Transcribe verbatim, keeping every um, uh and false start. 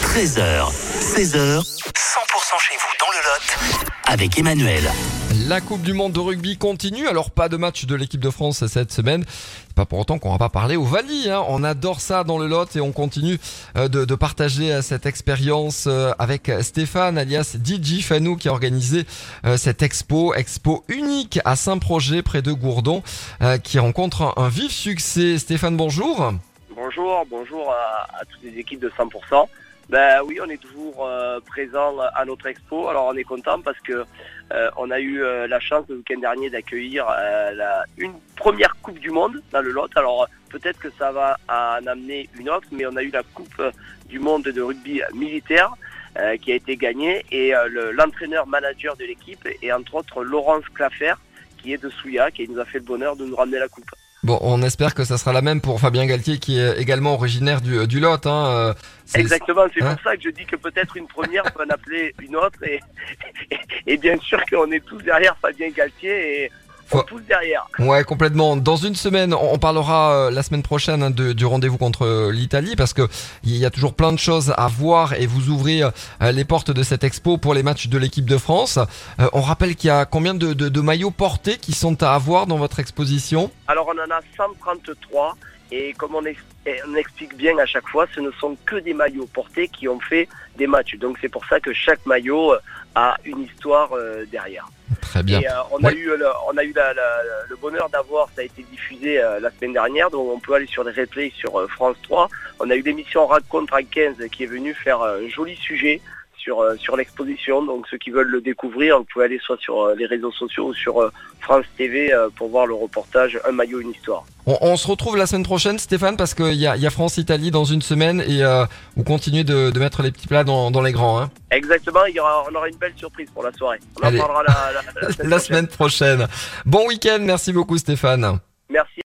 treize heures, seize heures, cent pour cent chez vous dans le Lot avec Emmanuel. La Coupe du Monde de rugby continue, alors pas de match de l'équipe de France cette semaine. C'est pas pour autant qu'on va pas parler au Vali, hein. On adore ça dans le Lot et on continue de, de partager cette expérience avec Stéphane alias D J Fanou qui a organisé cette expo, expo unique à Saint-Projet près de Gourdon, qui rencontre un, un vif succès. Stéphane, bonjour. Bonjour, bonjour à, à toutes les équipes de cent pour cent. Ben oui, on est toujours euh, présent à notre expo. Alors on est content parce que euh, on a eu euh, la chance le week-end dernier d'accueillir euh, la, une première Coupe du Monde dans le Lot. Alors peut-être que ça va en amener une autre, mais on a eu la Coupe du Monde de rugby militaire euh, qui a été gagnée et euh, le, l'entraîneur manager de l'équipe est entre autres Laurence Clafer qui est de Souillac et il nous a fait le bonheur de nous ramener la coupe. Bon, on espère que ça sera la même pour Fabien Galtier qui est également originaire du, du Lot. Hein. C'est, Exactement, c'est hein pour ça que je dis que peut-être une première peut en appeler une autre. Et, et, et bien sûr qu'on est tous derrière Fabien Galtier et on Faut... pousse derrière. Ouais, complètement. Dans une semaine, on parlera euh, la semaine prochaine hein, de, du rendez-vous contre l'Italie parce que il y a toujours plein de choses à voir et vous ouvrez euh, les portes de cette expo pour les matchs de l'équipe de France. Euh, on rappelle qu'il y a combien de, de, de maillots portés qui sont à avoir dans votre exposition ? Alors on en a cent trente-trois et comme on, ex- on explique bien à chaque fois, ce ne sont que des maillots portés qui ont fait des matchs. Donc c'est pour ça que chaque maillot a une histoire euh, derrière. Très bien. Et euh, on, oui. a eu le, on a eu la, la, le bonheur d'avoir, ça a été diffusé euh, la semaine dernière, donc on peut aller sur les replays sur euh, France trois. On a eu l'émission Rencontre en quinze qui est venue faire un joli sujet sur, euh, sur l'exposition. Donc ceux qui veulent le découvrir, vous pouvez aller soit sur euh, les réseaux sociaux ou sur euh, France T V euh, pour voir le reportage Un maillot, une histoire. On, on se retrouve la semaine prochaine, Stéphane, parce qu'il y a, y a France-Italie dans une semaine et euh, vous continuez de, de mettre les petits plats dans, dans les grands. Hein. Exactement, il y aura, on aura une belle surprise pour la soirée. On Allez. en parlera la, la, la, semaine, la prochaine. semaine prochaine. Bon week-end, merci beaucoup Stéphane.